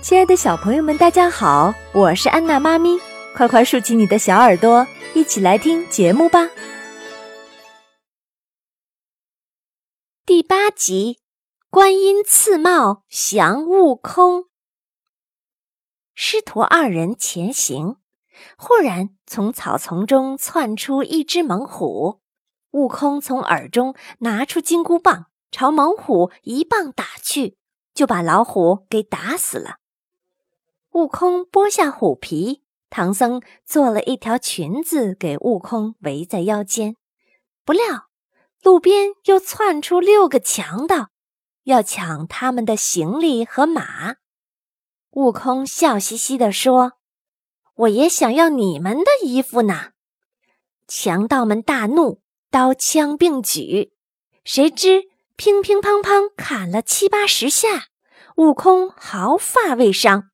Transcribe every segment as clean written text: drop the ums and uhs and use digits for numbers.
亲爱的小朋友们，大家好，我是安娜妈咪，快快竖起你的小耳朵，一起来听节目吧。第8集，观音赐帽降悟空。师徒二人前行，忽然从草丛中窜出一只猛虎，悟空从耳中拿出金箍棒，朝猛虎一棒打去，就把老虎给打死了。悟空剥下虎皮，唐僧做了一条裙子给悟空围在腰间，不料路边又窜出6个强盗，要抢他们的行李和马。悟空笑嘻嘻地说：“我也想要你们的衣服呢。”强盗们大怒，刀枪并举，谁知乒乒乓乓砍了7、80下，悟空毫发未伤。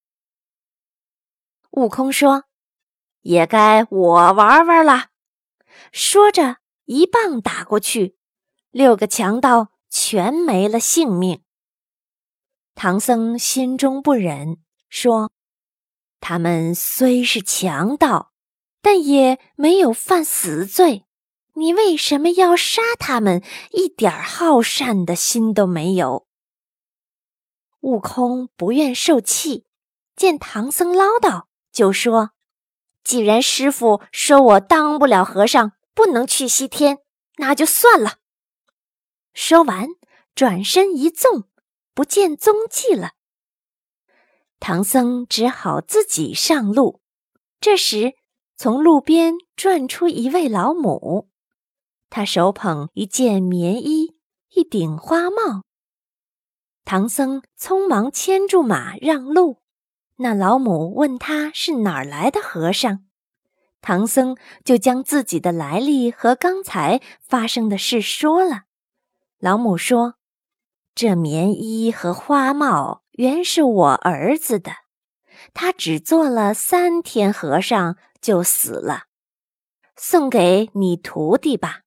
悟空说：“也该我玩玩了。”说着一棒打过去，6个强盗全没了性命。唐僧心中不忍，说：“他们虽是强盗，但也没有犯死罪，你为什么要杀他们？一点好善的心都没有。”悟空不愿受气，见唐僧唠叨，就说：“既然师父说我当不了和尚，不能去西天，那就算了。”说完，转身一纵，不见踪迹了。唐僧只好自己上路。这时，从路边转出一位老母，她手捧一件棉衣，一顶花帽。唐僧匆忙牵住马让路。那老母问他是哪儿来的和尚，唐僧就将自己的来历和刚才发生的事说了。老母说：“这棉衣和花帽原是我儿子的，他只做了3天和尚就死了，送给你徒弟吧。”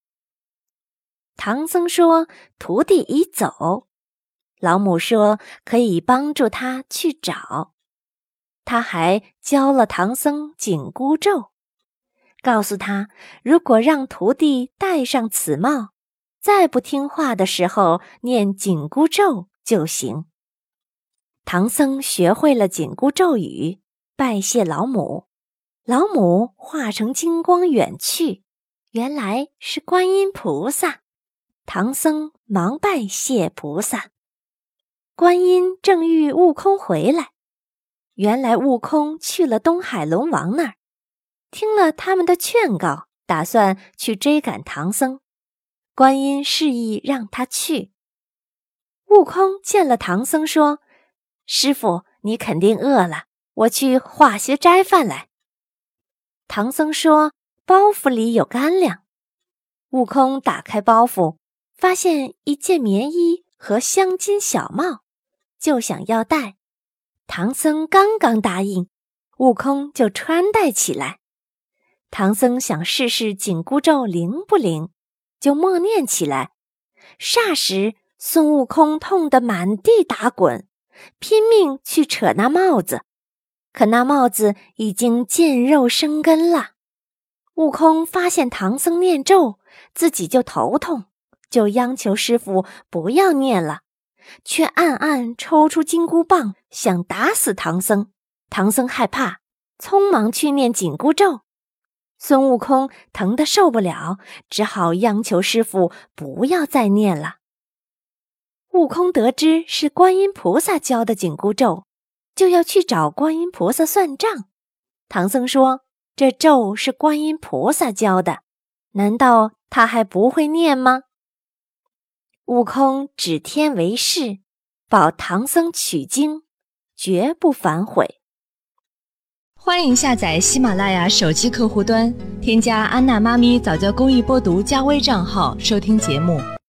唐僧说：“徒弟已走。”老母说：“可以帮助他去找。”他还教了唐僧紧箍咒，告诉他如果让徒弟戴上此帽，再不听话的时候念紧箍咒就行。唐僧学会了紧箍咒语，拜谢老母。老母化成金光远去，原来是观音菩萨。唐僧忙拜谢菩萨。观音正欲悟空回来，原来悟空去了东海龙王那儿，听了他们的劝告，打算去追赶唐僧。观音示意让他去。悟空见了唐僧说：“师父，你肯定饿了，我去化些斋饭来。”唐僧说：“包袱里有干粮。”悟空打开包袱，发现一件棉衣和镶金小帽，就想要戴。唐僧刚刚答应，悟空就穿戴起来。唐僧想试试紧箍咒灵不灵，就默念起来。霎时，孙悟空痛得满地打滚，拼命去扯那帽子，可那帽子已经见肉生根了。悟空发现唐僧念咒，自己就头痛，就央求师父不要念了，却暗暗抽出金箍棒，想打死唐僧。唐僧害怕，匆忙去念紧箍咒。孙悟空疼得受不了，只好央求师父不要再念了。悟空得知是观音菩萨教的紧箍咒，就要去找观音菩萨算账。唐僧说：“这咒是观音菩萨教的，难道他还不会念吗？”悟空指天为誓，保唐僧取经，绝不反悔。 欢迎下载喜马拉雅手机客户端，添加安娜妈咪早教公益播读加微账号收听节目。